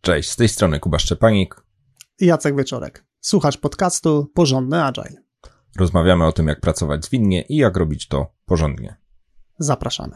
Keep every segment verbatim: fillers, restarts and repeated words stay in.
Cześć, z tej strony Kuba Szczepanik i Jacek Wieczorek. Słuchasz podcastu Porządny Agile. Rozmawiamy o tym, jak pracować zwinnie i jak robić to porządnie. Zapraszamy.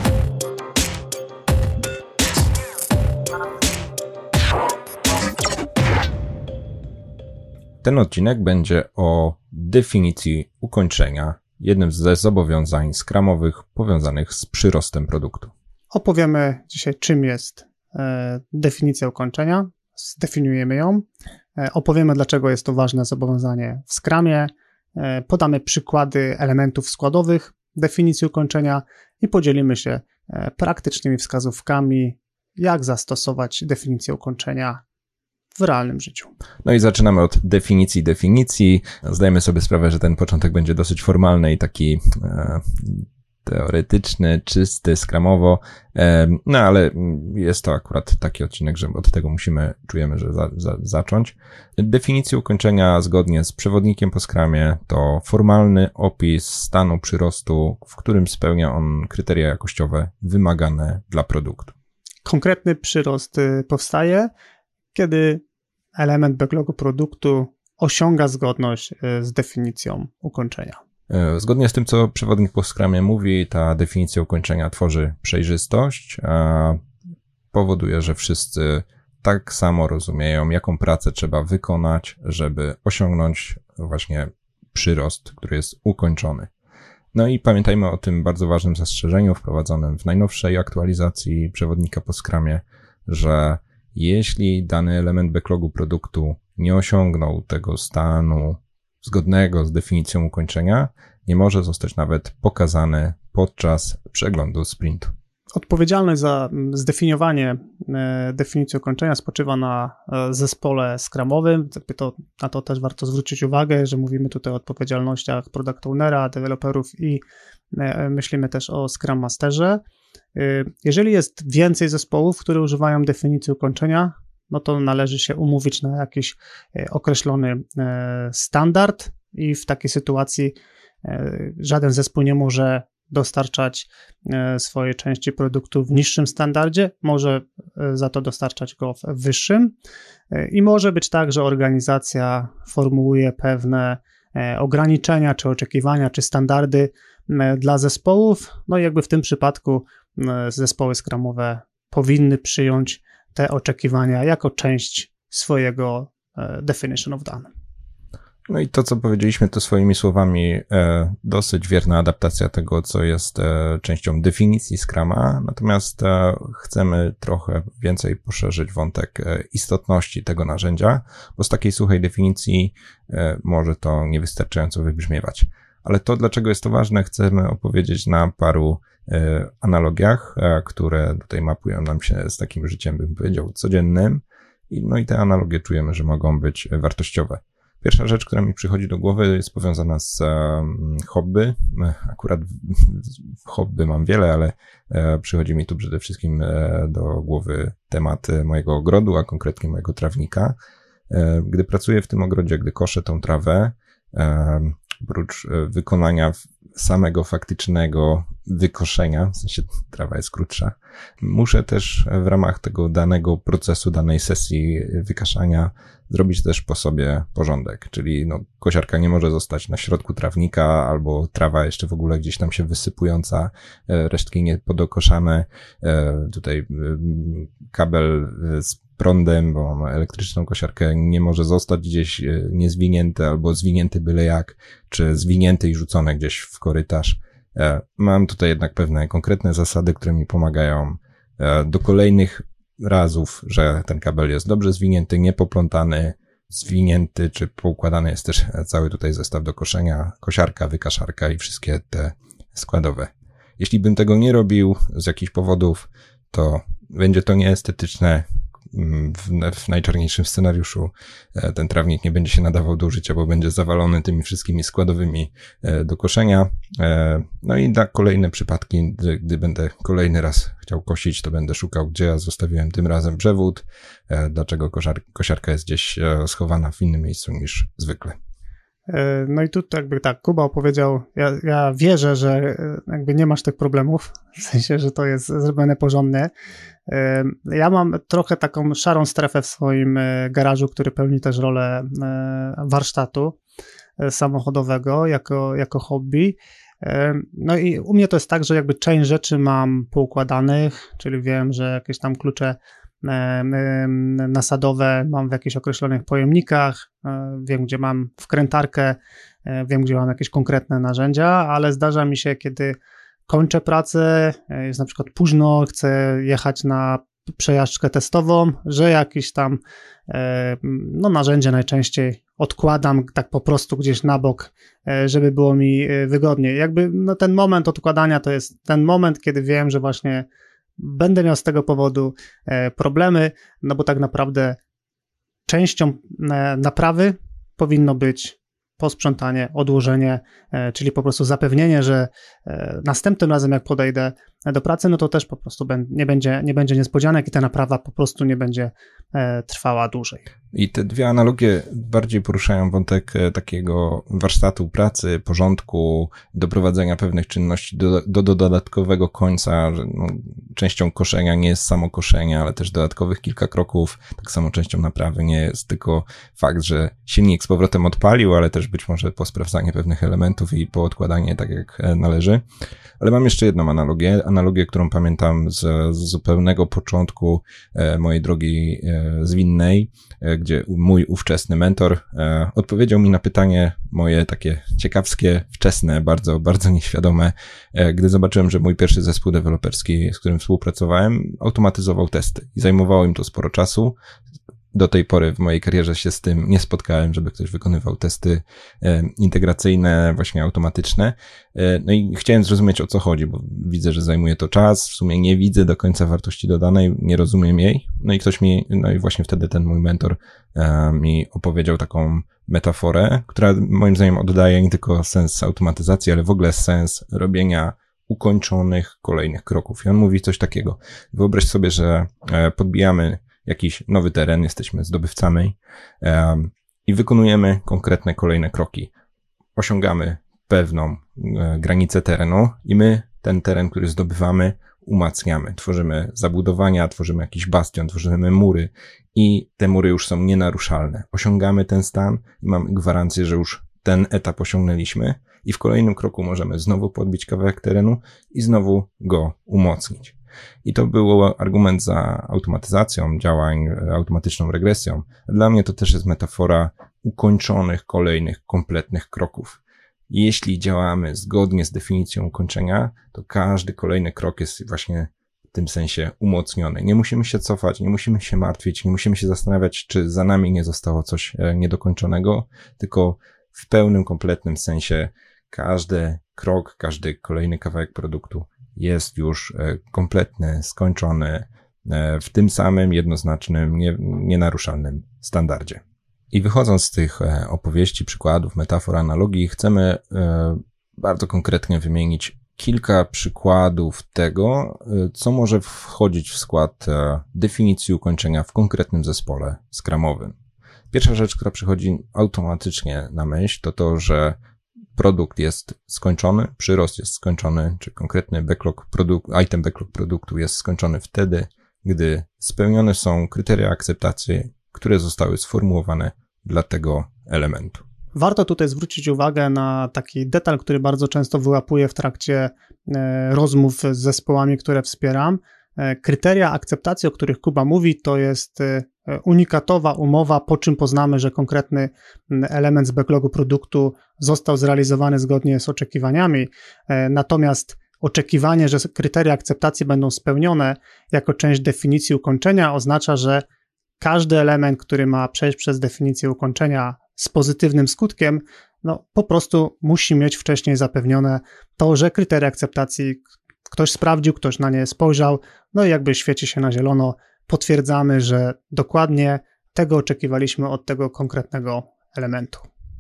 Ten odcinek będzie o definicji ukończenia, jednym ze zobowiązań skramowych powiązanych z przyrostem produktu. Opowiemy dzisiaj, czym jest e, definicja ukończenia, zdefiniujemy ją, e, opowiemy, dlaczego jest to ważne zobowiązanie w Scrumie, e, podamy przykłady elementów składowych definicji ukończenia i podzielimy się e, praktycznymi wskazówkami, jak zastosować definicję ukończenia w realnym życiu. No i zaczynamy od definicji definicji. Zdajemy sobie sprawę, że ten początek będzie dosyć formalny i taki e, teoretyczny, czysty, skramowo, e, no ale jest to akurat taki odcinek, że od tego musimy, czujemy, że za, za, zacząć. Definicja ukończenia zgodnie z przewodnikiem po Scrumie to formalny opis stanu przyrostu, w którym spełnia on kryteria jakościowe wymagane dla produktu. Konkretny przyrost powstaje, kiedy element backlogu produktu osiąga zgodność z definicją ukończenia. Zgodnie z tym, co przewodnik po Scrumie mówi, ta definicja ukończenia tworzy przejrzystość, a powoduje, że wszyscy tak samo rozumieją, jaką pracę trzeba wykonać, żeby osiągnąć właśnie przyrost, który jest ukończony. No i pamiętajmy o tym bardzo ważnym zastrzeżeniu wprowadzonym w najnowszej aktualizacji przewodnika po Scrumie, że jeśli dany element backlogu produktu nie osiągnął tego stanu zgodnego z definicją ukończenia, nie może zostać nawet pokazany podczas przeglądu sprintu. Odpowiedzialność za zdefiniowanie definicji ukończenia spoczywa na zespole scrumowym. To, na to też warto zwrócić uwagę, że mówimy tutaj o odpowiedzialnościach product ownera, deweloperów i myślimy też o Scrum Masterze. Jeżeli jest więcej zespołów, które używają definicji ukończenia, no to należy się umówić na jakiś określony standard i w takiej sytuacji żaden zespół nie może dostarczać swojej części produktu w niższym standardzie, może za to dostarczać go w wyższym i może być tak, że organizacja formułuje pewne ograniczenia, czy oczekiwania, czy standardy dla zespołów, no i jakby w tym przypadku zespoły scrumowe powinny przyjąć te oczekiwania jako część swojego definition of done. No i to, co powiedzieliśmy, to swoimi słowami e, dosyć wierna adaptacja tego, co jest e, częścią definicji Scruma, natomiast e, chcemy trochę więcej poszerzyć wątek e, istotności tego narzędzia, bo z takiej suchej definicji e, może to niewystarczająco wybrzmiewać. Ale to, dlaczego jest to ważne, chcemy opowiedzieć na paru e, analogiach, e, które tutaj mapują nam się z takim życiem, bym powiedział, codziennym. I, no i te analogie czujemy, że mogą być wartościowe. Pierwsza rzecz, która mi przychodzi do głowy, jest powiązana z um, hobby. Akurat hobby mam wiele, ale e, przychodzi mi tu przede wszystkim e, do głowy temat mojego ogrodu, a konkretnie mojego trawnika. E, gdy pracuję w tym ogrodzie, gdy koszę tą trawę, e, oprócz wykonania samego faktycznego wykoszenia, w sensie trawa jest krótsza, muszę też w ramach tego danego procesu, danej sesji wykaszania zrobić też po sobie porządek, czyli no, kosiarka nie może zostać na środku trawnika, albo trawa jeszcze w ogóle gdzieś tam się wysypująca, resztki niepodokoszane, tutaj kabel z prądem, bo mam elektryczną kosiarkę, nie może zostać gdzieś niezwinięty albo zwinięty byle jak, czy zwinięty i rzucony gdzieś w korytarz. Mam tutaj jednak pewne konkretne zasady, które mi pomagają do kolejnych razów, że ten kabel jest dobrze zwinięty, niepoplątany, zwinięty, czy poukładany jest też cały tutaj zestaw do koszenia, kosiarka, wykaszarka i wszystkie te składowe. Jeśli bym tego nie robił z jakichś powodów, to będzie to nieestetyczne. W, w najczarniejszym scenariuszu ten trawnik nie będzie się nadawał do użycia, bo będzie zawalony tymi wszystkimi składowymi do koszenia. No i na kolejne przypadki, gdy, gdy będę kolejny raz chciał kosić, to będę szukał, gdzie ja zostawiłem tym razem przewód, dlaczego koszar, kosiarka jest gdzieś schowana w innym miejscu niż zwykle. No i tu jakby tak, Kuba opowiedział, ja, ja wierzę, że jakby nie masz tych problemów, w sensie, że to jest zrobione porządnie. Ja mam trochę taką szarą strefę w swoim garażu, który pełni też rolę warsztatu samochodowego jako, jako hobby. No i u mnie to jest tak, że jakby część rzeczy mam poukładanych, czyli wiem, że jakieś tam klucze nasadowe mam w jakichś określonych pojemnikach, wiem, gdzie mam wkrętarkę, wiem, gdzie mam jakieś konkretne narzędzia, ale zdarza mi się, kiedy kończę pracę, jest na przykład późno, chcę jechać na przejażdżkę testową, że jakieś tam no, narzędzie najczęściej odkładam tak po prostu gdzieś na bok, żeby było mi wygodniej. Jakby no, ten moment odkładania to jest ten moment, kiedy wiem, że właśnie będę miał z tego powodu problemy, no bo tak naprawdę częścią naprawy powinno być posprzątanie, odłożenie, czyli po prostu zapewnienie, że następnym razem jak podejdę do pracy, no to też po prostu nie będzie, nie będzie niespodzianek i ta naprawa po prostu nie będzie trwała dłużej. I te dwie analogie bardziej poruszają wątek takiego warsztatu pracy, porządku, doprowadzenia pewnych czynności do, do, do dodatkowego końca, że no, częścią koszenia nie jest samo koszenie, ale też dodatkowych kilka kroków, tak samo częścią naprawy nie jest tylko fakt, że silnik z powrotem odpalił, ale też być może posprawdzanie pewnych elementów i poodkładanie tak jak należy. Ale mam jeszcze jedną analogię, analogię, którą pamiętam z, z zupełnego początku e, mojej drogi e, zwinnej, e, gdzie mój ówczesny mentor e, odpowiedział mi na pytanie moje takie ciekawskie, wczesne, bardzo, bardzo nieświadome, e, gdy zobaczyłem, że mój pierwszy zespół deweloperski, z którym współpracowałem, automatyzował testy i zajmowało im to sporo czasu. Do tej pory w mojej karierze się z tym nie spotkałem, żeby ktoś wykonywał testy e, integracyjne, właśnie automatyczne. E, no i chciałem zrozumieć, o co chodzi, bo widzę, że zajmuje to czas, w sumie nie widzę do końca wartości dodanej, nie rozumiem jej. No i ktoś mi, no i właśnie wtedy ten mój mentor e, mi opowiedział taką metaforę, która moim zdaniem oddaje nie tylko sens automatyzacji, ale w ogóle sens robienia ukończonych kolejnych kroków. I on mówi coś takiego. Wyobraź sobie, że e, podbijamy jakiś nowy teren, jesteśmy zdobywcami um, i wykonujemy konkretne kolejne kroki. Osiągamy pewną e, granicę terenu i my ten teren, który zdobywamy, umacniamy. Tworzymy zabudowania, tworzymy jakiś bastion, tworzymy mury i te mury już są nienaruszalne. Osiągamy ten stan i mamy gwarancję, że już ten etap osiągnęliśmy i w kolejnym kroku możemy znowu podbić kawałek terenu i znowu go umocnić. I to był argument za automatyzacją działań, automatyczną regresją. Dla mnie to też jest metafora ukończonych kolejnych, kompletnych kroków. Jeśli działamy zgodnie z definicją ukończenia, to każdy kolejny krok jest właśnie w tym sensie umocniony. Nie musimy się cofać, nie musimy się martwić, nie musimy się zastanawiać, czy za nami nie zostało coś niedokończonego, tylko w pełnym, kompletnym sensie każdy krok, każdy kolejny kawałek produktu jest już kompletny, skończony w tym samym jednoznacznym, nie, nienaruszalnym standardzie. I wychodząc z tych opowieści, przykładów, metafor, analogii, chcemy bardzo konkretnie wymienić kilka przykładów tego, co może wchodzić w skład definicji ukończenia w konkretnym zespole scrumowym. Pierwsza rzecz, która przychodzi automatycznie na myśl, to to, że produkt jest skończony, przyrost jest skończony, czy konkretny backlog produkt, item backlog produktu jest skończony wtedy, gdy spełnione są kryteria akceptacji, które zostały sformułowane dla tego elementu. Warto tutaj zwrócić uwagę na taki detal, który bardzo często wyłapuję w trakcie rozmów z zespołami, które wspieram. Kryteria akceptacji, o których Kuba mówi, to jest unikatowa umowa, po czym poznamy, że konkretny element z backlogu produktu został zrealizowany zgodnie z oczekiwaniami. Natomiast oczekiwanie, że kryteria akceptacji będą spełnione jako część definicji ukończenia oznacza, że każdy element, który ma przejść przez definicję ukończenia z pozytywnym skutkiem, no po prostu musi mieć wcześniej zapewnione to, że kryteria akceptacji ktoś sprawdził, ktoś na nie spojrzał, no i jakby świeci się na zielono, potwierdzamy, że dokładnie tego oczekiwaliśmy od tego konkretnego elementu.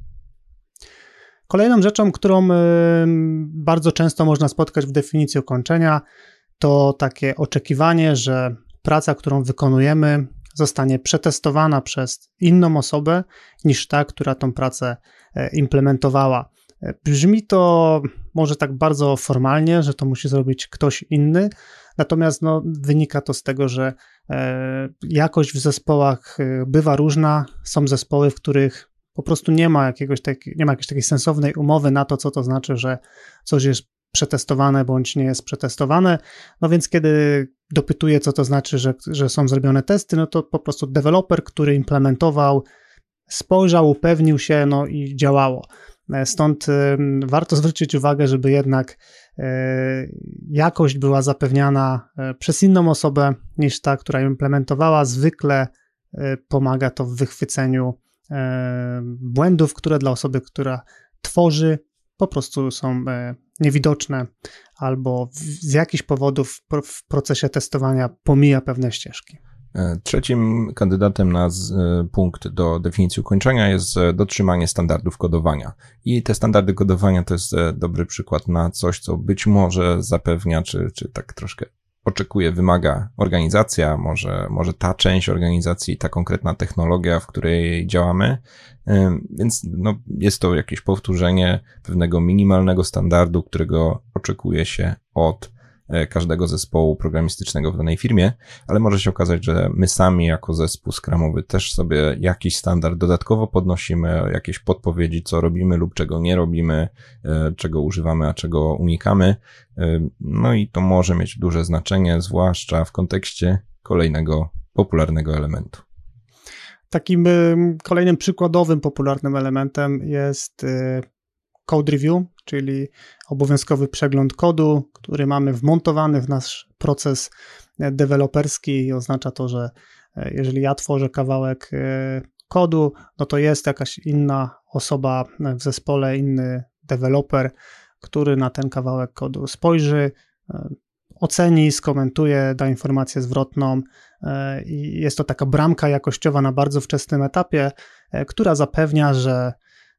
Kolejną rzeczą, którą bardzo często można spotkać w definicji ukończenia, to takie oczekiwanie, że praca, którą wykonujemy, zostanie przetestowana przez inną osobę niż ta, która tą pracę implementowała. Brzmi to może tak bardzo formalnie, że to musi zrobić ktoś inny, natomiast no, wynika to z tego, że e, jakość w zespołach bywa różna. Są zespoły, w których po prostu nie ma jakiegoś tak, nie ma jakiejś takiej sensownej umowy na to, co to znaczy, że coś jest przetestowane bądź nie jest przetestowane. No więc kiedy dopytuję, co to znaczy, że, że są zrobione testy, no to po prostu deweloper, który implementował, spojrzał, upewnił się, no i działało. Stąd warto zwrócić uwagę, żeby jednak jakość była zapewniana przez inną osobę niż ta, która ją implementowała. Zwykle pomaga to w wychwyceniu błędów, które dla osoby, która tworzy, po prostu są niewidoczne albo z jakichś powodów w procesie testowania pomija pewne ścieżki. Trzecim kandydatem na z, punkt do definicji ukończenia jest dotrzymanie standardów kodowania. I te standardy kodowania to jest dobry przykład na coś, co być może zapewnia, czy, czy tak troszkę oczekuje, wymaga organizacja, może, może ta część organizacji, ta konkretna technologia, w której działamy. Więc no, jest to jakieś powtórzenie pewnego minimalnego standardu, którego oczekuje się od każdego zespołu programistycznego w danej firmie, ale może się okazać, że my sami jako zespół scrumowy też sobie jakiś standard dodatkowo podnosimy, jakieś podpowiedzi, co robimy lub czego nie robimy, czego używamy, a czego unikamy. No i to może mieć duże znaczenie, zwłaszcza w kontekście kolejnego popularnego elementu. Takim kolejnym przykładowym popularnym elementem jest code review, czyli obowiązkowy przegląd kodu, który mamy wmontowany w nasz proces deweloperski i oznacza to, że jeżeli ja tworzę kawałek kodu, no to jest jakaś inna osoba w zespole, inny deweloper, który na ten kawałek kodu spojrzy, oceni, skomentuje, da informację zwrotną i jest to taka bramka jakościowa na bardzo wczesnym etapie, która zapewnia, że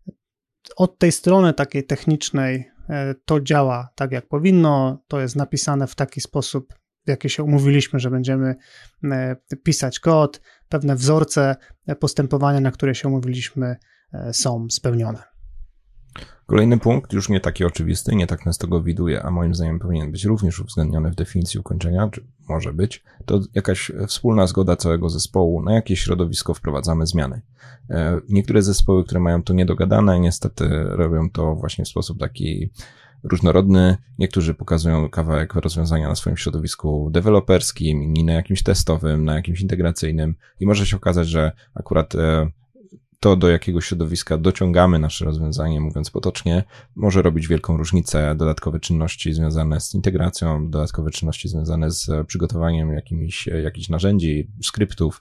od tej strony takiej technicznej to działa tak, jak powinno, to jest napisane w taki sposób, w jaki się umówiliśmy, że będziemy pisać kod, pewne wzorce postępowania, na które się umówiliśmy, są spełnione. Kolejny punkt, już nie taki oczywisty, nie tak nas tego widuje, a moim zdaniem powinien być również uwzględniony w definicji ukończenia, czy może być, to jakaś wspólna zgoda całego zespołu, na jakie środowisko wprowadzamy zmiany. Niektóre zespoły, które mają to niedogadane, niestety robią to właśnie w sposób taki różnorodny. Niektórzy pokazują kawałek rozwiązania na swoim środowisku deweloperskim, inni na jakimś testowym, na jakimś integracyjnym i może się okazać, że akurat to, do jakiego środowiska dociągamy nasze rozwiązanie, mówiąc potocznie, może robić wielką różnicę. Dodatkowe czynności związane z integracją, dodatkowe czynności związane z przygotowaniem jakimiś, jakichś narzędzi, skryptów.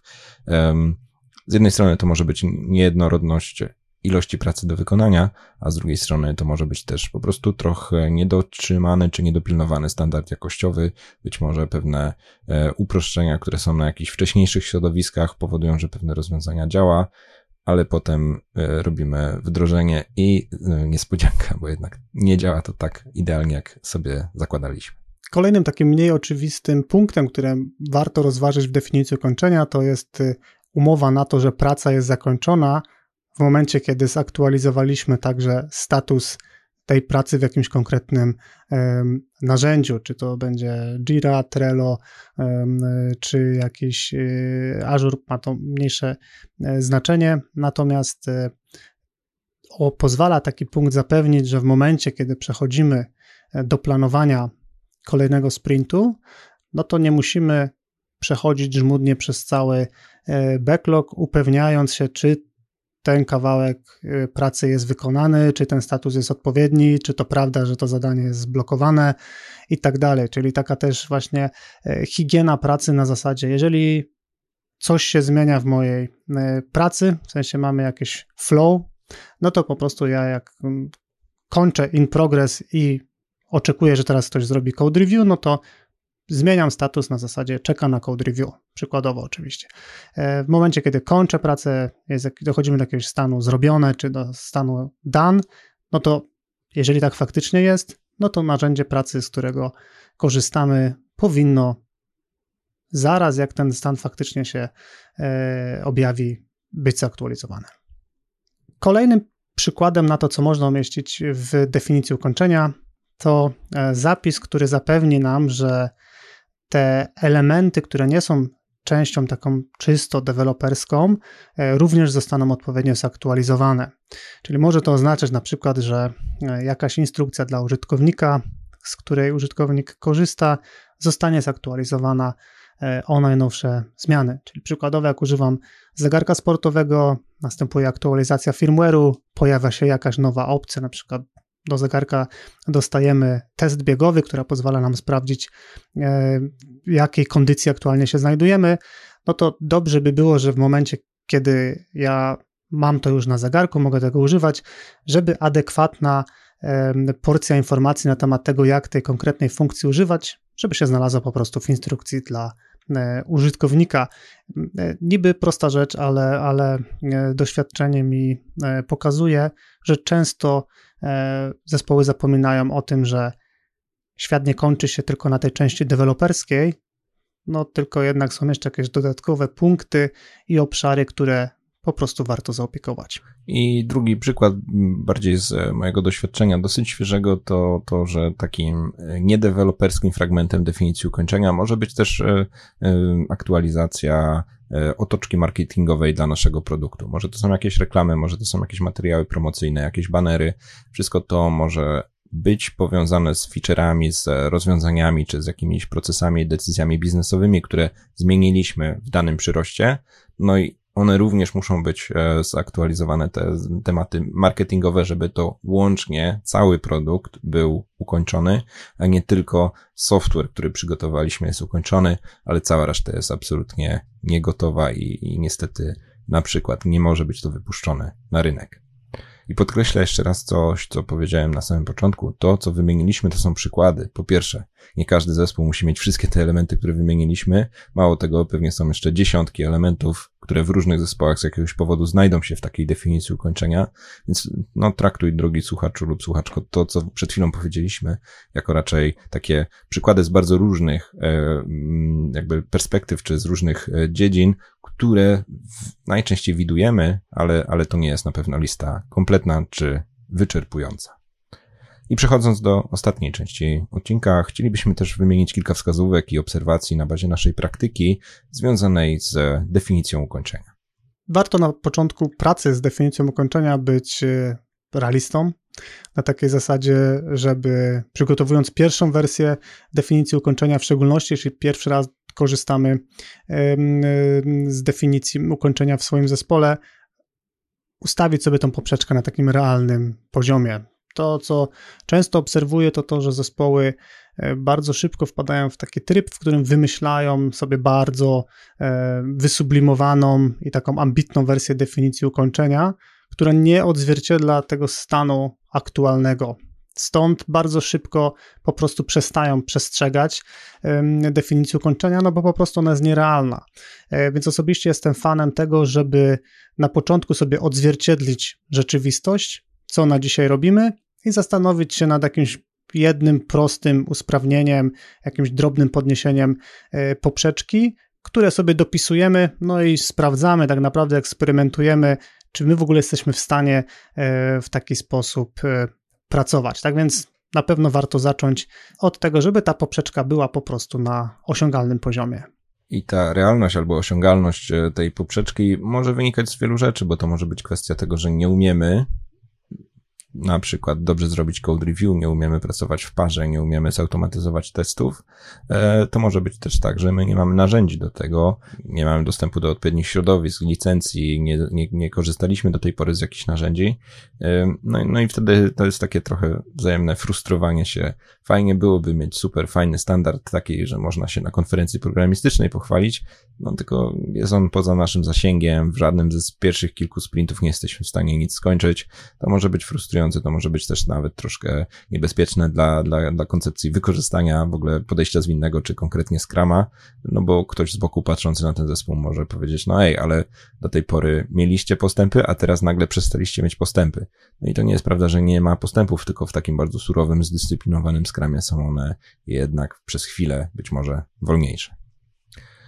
Z jednej strony to może być niejednorodność ilości pracy do wykonania, a z drugiej strony to może być też po prostu trochę niedotrzymany czy niedopilnowany standard jakościowy. Być może pewne uproszczenia, które są na jakichś wcześniejszych środowiskach, powodują, że pewne rozwiązania działa, ale potem robimy wdrożenie i niespodzianka, bo jednak nie działa to tak idealnie, jak sobie zakładaliśmy. Kolejnym takim mniej oczywistym punktem, który warto rozważyć w definicji ukończenia, to jest umowa na to, że praca jest zakończona w momencie, kiedy zaktualizowaliśmy także status tej pracy w jakimś konkretnym um, narzędziu, czy to będzie Jira, Trello, um, czy jakiś y, Azure, ma to mniejsze y, znaczenie, natomiast y, o, pozwala taki punkt zapewnić, że w momencie, kiedy przechodzimy do planowania kolejnego sprintu, no to nie musimy przechodzić żmudnie przez cały y, backlog, upewniając się, czy ten kawałek pracy jest wykonany, czy ten status jest odpowiedni, czy to prawda, że to zadanie jest zblokowane i tak dalej. Czyli taka też właśnie higiena pracy na zasadzie, jeżeli coś się zmienia w mojej pracy, w sensie mamy jakieś flow, no to po prostu ja jak kończę in progress i oczekuję, że teraz ktoś zrobi code review, no to zmieniam status na zasadzie czeka na code review, przykładowo oczywiście. W momencie, kiedy kończę pracę, jest, dochodzimy do jakiegoś stanu zrobione, czy do stanu done, no to jeżeli tak faktycznie jest, no to narzędzie pracy, z którego korzystamy, powinno zaraz jak ten stan faktycznie się e, objawi, być zaktualizowane. Kolejnym przykładem na to, co można umieścić w definicji ukończenia, to zapis, który zapewni nam, że te elementy, które nie są częścią taką czysto deweloperską, również zostaną odpowiednio zaktualizowane. Czyli może to oznaczać na przykład, że jakaś instrukcja dla użytkownika, z której użytkownik korzysta, zostanie zaktualizowana o najnowsze zmiany. Czyli przykładowo, jak używam zegarka sportowego, następuje aktualizacja firmware'u, pojawia się jakaś nowa opcja, na przykład do zegarka dostajemy test biegowy, która pozwala nam sprawdzić, w jakiej kondycji aktualnie się znajdujemy, no to dobrze by było, że w momencie, kiedy ja mam to już na zegarku, mogę tego używać, żeby adekwatna porcja informacji na temat tego, jak tej konkretnej funkcji używać, żeby się znalazła po prostu w instrukcji dla użytkownika. Niby prosta rzecz, ale, ale doświadczenie mi pokazuje, że często zespoły zapominają o tym, że świat nie kończy się tylko na tej części deweloperskiej, no tylko jednak są jeszcze jakieś dodatkowe punkty i obszary, które po prostu warto zaopiekować. I drugi przykład, bardziej z mojego doświadczenia, dosyć świeżego, to to, że takim niedeweloperskim fragmentem definicji ukończenia może być też aktualizacja otoczki marketingowej dla naszego produktu. Może to są jakieś reklamy, może to są jakieś materiały promocyjne, jakieś banery. Wszystko to może być powiązane z featureami, z rozwiązaniami, czy z jakimiś procesami, decyzjami biznesowymi, które zmieniliśmy w danym przyroście. No i one również muszą być zaktualizowane, te tematy marketingowe, żeby to łącznie cały produkt był ukończony, a nie tylko software, który przygotowaliśmy, jest ukończony, ale cała reszta jest absolutnie niegotowa i, i niestety na przykład nie może być to wypuszczone na rynek. I podkreślę jeszcze raz coś, co powiedziałem na samym początku. To, co wymieniliśmy, to są przykłady. Po pierwsze, nie każdy zespół musi mieć wszystkie te elementy, które wymieniliśmy. Mało tego, pewnie są jeszcze dziesiątki elementów, które w różnych zespołach z jakiegoś powodu znajdą się w takiej definicji ukończenia. Więc no, traktuj, drogi słuchaczu lub słuchaczko, to, co przed chwilą powiedzieliśmy, jako raczej takie przykłady z bardzo różnych e, jakby perspektyw, czy z różnych dziedzin, które najczęściej widujemy, ale, ale to nie jest na pewno lista kompletna czy wyczerpująca. I przechodząc do ostatniej części odcinka, chcielibyśmy też wymienić kilka wskazówek i obserwacji na bazie naszej praktyki związanej z definicją ukończenia. Warto na początku pracy z definicją ukończenia być realistą, na takiej zasadzie, żeby przygotowując pierwszą wersję definicji ukończenia, w szczególności jeśli pierwszy raz korzystamy z definicji ukończenia w swoim zespole, ustawić sobie tą poprzeczkę na takim realnym poziomie. To, co często obserwuję, to to, że zespoły bardzo szybko wpadają w taki tryb, w którym wymyślają sobie bardzo wysublimowaną i taką ambitną wersję definicji ukończenia, która nie odzwierciedla tego stanu aktualnego. Stąd bardzo szybko po prostu przestają przestrzegać definicji ukończenia, no bo po prostu ona jest nierealna. Więc osobiście jestem fanem tego, żeby na początku sobie odzwierciedlić rzeczywistość, co na dzisiaj robimy i zastanowić się nad jakimś jednym prostym usprawnieniem, jakimś drobnym podniesieniem poprzeczki, które sobie dopisujemy, no i sprawdzamy, tak naprawdę eksperymentujemy, czy my w ogóle jesteśmy w stanie w taki sposób pracować. Tak więc na pewno warto zacząć od tego, żeby ta poprzeczka była po prostu na osiągalnym poziomie. I ta realność albo osiągalność tej poprzeczki może wynikać z wielu rzeczy, bo to może być kwestia tego, że nie umiemy na przykład dobrze zrobić code review, nie umiemy pracować w parze, nie umiemy zautomatyzować testów, to może być też tak, że my nie mamy narzędzi do tego, nie mamy dostępu do odpowiednich środowisk, licencji, nie, nie, nie korzystaliśmy do tej pory z jakichś narzędzi, no, no i wtedy to jest takie trochę wzajemne frustrowanie się. Fajnie byłoby mieć super fajny standard taki, że można się na konferencji programistycznej pochwalić, no tylko jest on poza naszym zasięgiem, w żadnym z pierwszych kilku sprintów nie jesteśmy w stanie nic skończyć, to może być frustrujące, to może być też nawet troszkę niebezpieczne dla, dla, dla koncepcji wykorzystania w ogóle podejścia zwinnego, czy konkretnie Scruma, no bo ktoś z boku patrzący na ten zespół może powiedzieć, no ej, ale do tej pory mieliście postępy, a teraz nagle przestaliście mieć postępy. No i to nie jest prawda, że nie ma postępów, tylko w takim bardzo surowym, zdyscyplinowanym Scrumie są one jednak przez chwilę być może wolniejsze.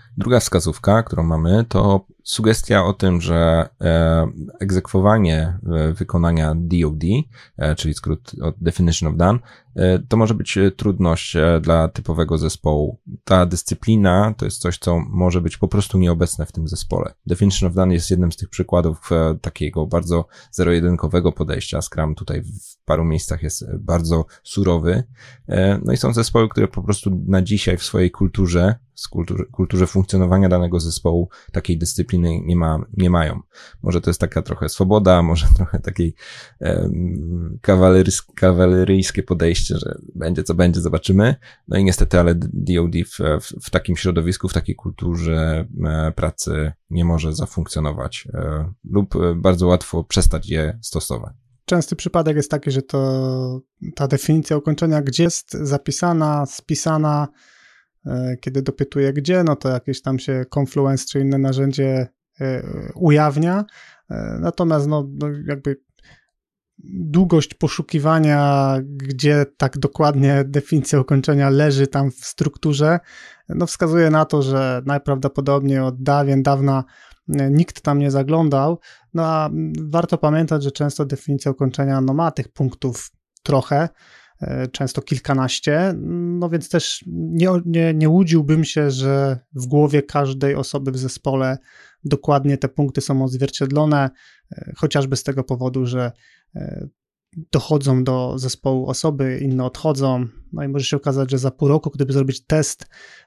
Druga wskazówka, którą mamy, to sugestia o tym, że e, egzekwowanie e, wykonania D O D, e, czyli skrót od Definition of Done, e, to może być trudność e, dla typowego zespołu. Ta dyscyplina to jest coś, co może być po prostu nieobecne w tym zespole. Definition of Done jest jednym z tych przykładów e, takiego bardzo zero-jedynkowego podejścia. Scrum tutaj w paru miejscach jest bardzo surowy. E, no i są zespoły, które po prostu na dzisiaj w swojej kulturze, w kulturze, kulturze funkcjonowania danego zespołu takiej dyscypliny nie ma, nie mają. Może to jest taka trochę swoboda, może trochę takiej um, kawaleryjskie, kawaleryjskie podejście, że będzie co będzie, zobaczymy. No i niestety, ale D O D w, w, w takim środowisku, w takiej kulturze e, pracy nie może zafunkcjonować e, lub bardzo łatwo przestać je stosować. Częsty przypadek jest taki, że to ta definicja ukończenia, gdzie jest zapisana, spisana, kiedy dopytuję gdzie, no to jakieś tam się Confluence czy inne narzędzie ujawnia. Natomiast no, no jakby długość poszukiwania, gdzie tak dokładnie definicja ukończenia leży tam w strukturze, no wskazuje na to, że najprawdopodobniej od dawien dawna nikt tam nie zaglądał. No a warto pamiętać, że często definicja ukończenia no ma tych punktów trochę, często kilkanaście, no więc też nie, nie, nie łudziłbym się, że w głowie każdej osoby w zespole dokładnie te punkty są odzwierciedlone, chociażby z tego powodu, że dochodzą do zespołu osoby, inne odchodzą, no i może się okazać, że za pół roku, gdyby zrobić test,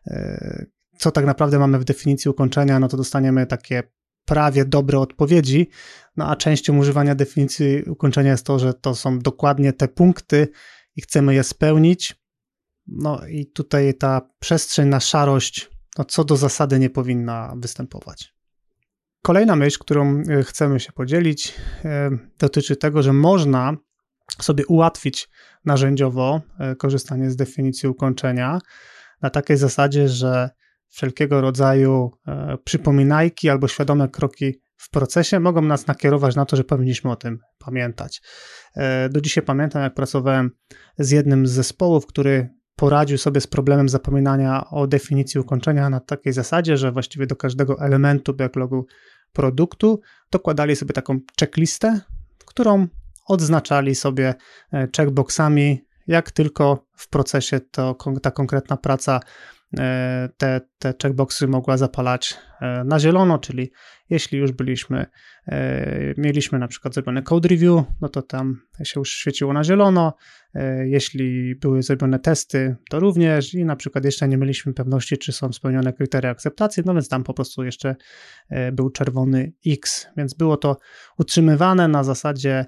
co tak naprawdę mamy w definicji ukończenia, no to dostaniemy takie prawie dobre odpowiedzi, no a częścią używania definicji ukończenia jest to, że to są dokładnie te punkty i chcemy je spełnić, no i tutaj ta przestrzeń na szarość, no co do zasady nie powinna występować. Kolejna myśl, którą chcemy się podzielić, dotyczy tego, że można sobie ułatwić narzędziowo korzystanie z definicji ukończenia na takiej zasadzie, że wszelkiego rodzaju przypominajki albo świadome kroki w procesie mogą nas nakierować na to, że powinniśmy o tym pamiętać. Do dzisiaj pamiętam, jak pracowałem z jednym z zespołów, który poradził sobie z problemem zapominania o definicji ukończenia na takiej zasadzie, że właściwie do każdego elementu backlogu produktu dokładali sobie taką checklistę, którą odznaczali sobie checkboxami, jak tylko w procesie to, ta konkretna praca te, te checkboxy mogła zapalać na zielono, czyli jeśli już byliśmy, mieliśmy na przykład zrobione code review, no to tam się już świeciło na zielono, jeśli były zrobione testy, to również i na przykład jeszcze nie mieliśmy pewności, czy są spełnione kryteria akceptacji, no więc tam po prostu jeszcze był czerwony X, więc było to utrzymywane na zasadzie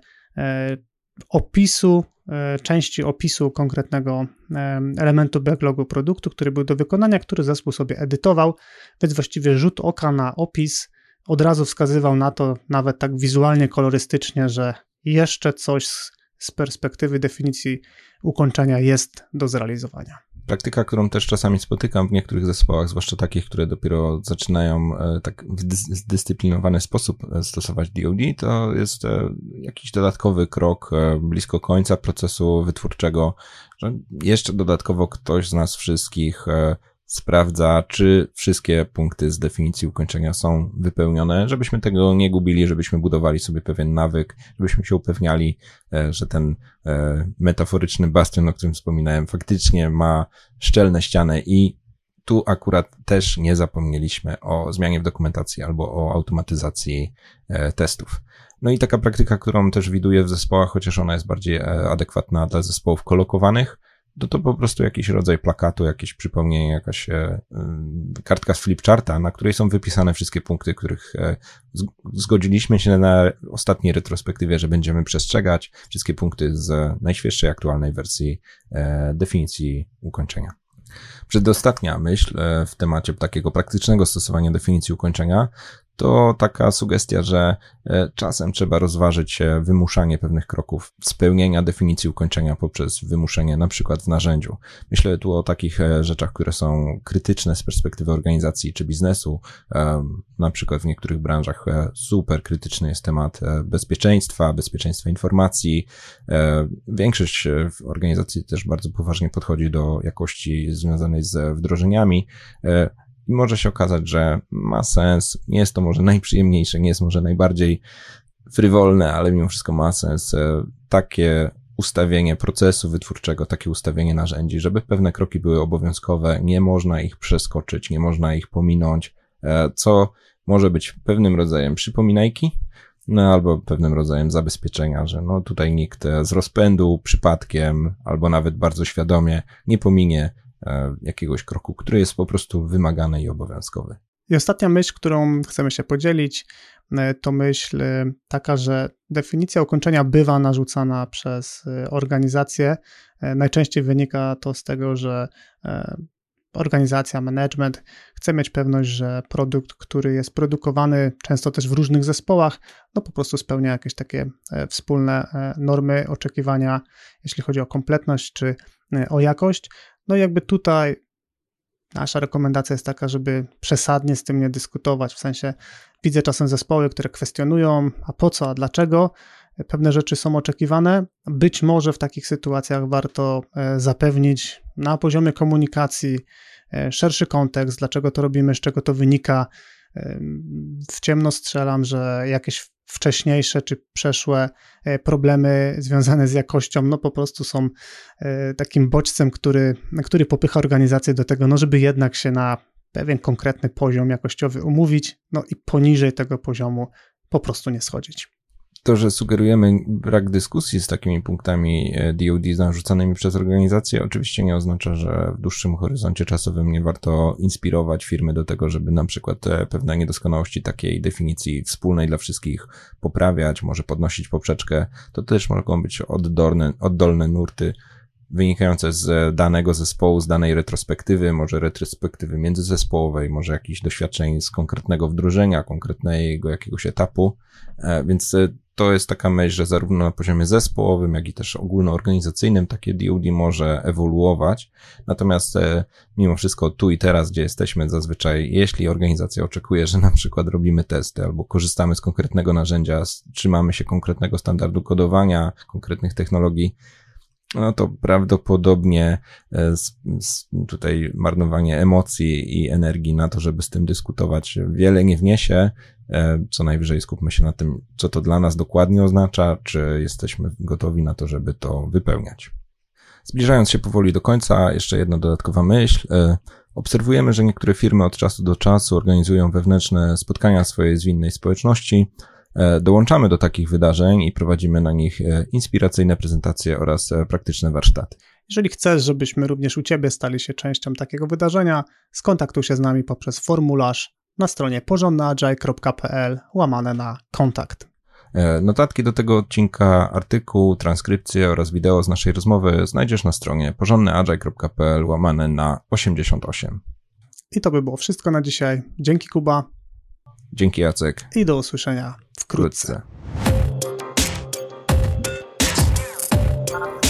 opisu, części opisu konkretnego elementu backlogu produktu, który był do wykonania, który zespół sobie edytował, więc właściwie rzut oka na opis od razu wskazywał na to, nawet tak wizualnie, kolorystycznie, że jeszcze coś z, z perspektywy definicji ukończenia jest do zrealizowania. Praktyka, którą też czasami spotykam w niektórych zespołach, zwłaszcza takich, które dopiero zaczynają e, tak w dys- zdyscyplinowany sposób stosować D O D, to jest e, jakiś dodatkowy krok e, blisko końca procesu wytwórczego, że jeszcze dodatkowo ktoś z nas wszystkich e, sprawdza, czy wszystkie punkty z definicji ukończenia są wypełnione, żebyśmy tego nie gubili, żebyśmy budowali sobie pewien nawyk, żebyśmy się upewniali, że ten metaforyczny bastion, o którym wspominałem, faktycznie ma szczelne ściany i tu akurat też nie zapomnieliśmy o zmianie w dokumentacji albo o automatyzacji testów. No i taka praktyka, którą też widuję w zespołach, chociaż ona jest bardziej adekwatna dla zespołów kolokowanych, to to po prostu jakiś rodzaj plakatu, jakieś przypomnienie, jakaś e, kartka z flipcharta, na której są wypisane wszystkie punkty, których e, zgodziliśmy się na ostatniej retrospektywie, że będziemy przestrzegać, wszystkie punkty z najświeższej, aktualnej wersji e, definicji ukończenia. Przedostatnia myśl e, w temacie takiego praktycznego stosowania definicji ukończenia to taka sugestia, że czasem trzeba rozważyć wymuszanie pewnych kroków spełnienia definicji ukończenia poprzez wymuszenie na przykład w narzędziu. Myślę tu o takich rzeczach, które są krytyczne z perspektywy organizacji czy biznesu. Na przykład w niektórych branżach super krytyczny jest temat bezpieczeństwa, bezpieczeństwa informacji. Większość organizacji też bardzo poważnie podchodzi do jakości związanej z wdrożeniami. i może się okazać, że ma sens, nie jest to może najprzyjemniejsze, nie jest może najbardziej frywolne, ale mimo wszystko ma sens takie ustawienie procesu wytwórczego, takie ustawienie narzędzi, żeby pewne kroki były obowiązkowe, nie można ich przeskoczyć, nie można ich pominąć, co może być pewnym rodzajem przypominajki, no albo pewnym rodzajem zabezpieczenia, że no tutaj nikt z rozpędu, przypadkiem, albo nawet bardzo świadomie nie pominie jakiegoś kroku, który jest po prostu wymagany i obowiązkowy. I ostatnia myśl, którą chcemy się podzielić, to myśl taka, że definicja ukończenia bywa narzucana przez organizację. Najczęściej wynika to z tego, że organizacja, management chce mieć pewność, że produkt, który jest produkowany często też w różnych zespołach, no po prostu spełnia jakieś takie wspólne normy, oczekiwania, jeśli chodzi o kompletność czy o jakość. No i jakby tutaj nasza rekomendacja jest taka, żeby przesadnie z tym nie dyskutować, w sensie widzę czasem zespoły, które kwestionują, a po co, a dlaczego, pewne rzeczy są oczekiwane. Być może w takich sytuacjach warto zapewnić na poziomie komunikacji szerszy kontekst, dlaczego to robimy, z czego to wynika. W ciemno strzelam, że jakieś wcześniejsze czy przeszłe problemy związane z jakością, no po prostu są takim bodźcem, który, który popycha organizację do tego, no żeby jednak się na pewien konkretny poziom jakościowy umówić, no i poniżej tego poziomu po prostu nie schodzić. To, że sugerujemy brak dyskusji z takimi punktami D O D narzucanymi przez organizację, oczywiście nie oznacza, że w dłuższym horyzoncie czasowym nie warto inspirować firmy do tego, żeby na przykład pewne niedoskonałości takiej definicji wspólnej dla wszystkich poprawiać, może podnosić poprzeczkę. To też mogą być oddolne, oddolne nurty wynikające z danego zespołu, z danej retrospektywy, może retrospektywy międzyzespołowej, może jakichś doświadczeń z konkretnego wdrożenia, konkretnego jakiegoś etapu, więc to jest taka myśl, że zarówno na poziomie zespołowym, jak i też ogólnoorganizacyjnym takie D O D może ewoluować, natomiast mimo wszystko tu i teraz, gdzie jesteśmy zazwyczaj, jeśli organizacja oczekuje, że na przykład robimy testy albo korzystamy z konkretnego narzędzia, trzymamy się konkretnego standardu kodowania, konkretnych technologii, no to prawdopodobnie tutaj marnowanie emocji i energii na to, żeby z tym dyskutować, wiele nie wniesie. Co najwyżej skupmy się na tym, co to dla nas dokładnie oznacza, czy jesteśmy gotowi na to, żeby to wypełniać. Zbliżając się powoli do końca, jeszcze jedna dodatkowa myśl. Obserwujemy, że niektóre firmy od czasu do czasu organizują wewnętrzne spotkania swojej zwinnej społeczności. Dołączamy do takich wydarzeń i prowadzimy na nich inspiracyjne prezentacje oraz praktyczne warsztaty. Jeżeli chcesz, żebyśmy również u Ciebie stali się częścią takiego wydarzenia, skontaktuj się z nami poprzez formularz na stronie porządnyagile kropka p l łamane na kontakt. Notatki do tego odcinka, artykuł, transkrypcję oraz wideo z naszej rozmowy znajdziesz na stronie porządnyagile kropka p l łamane na osiemdziesiąt osiem. I to by było wszystko na dzisiaj. Dzięki, Kuba. Dzięki, Jacek. I do usłyszenia wkrótce. wkrótce.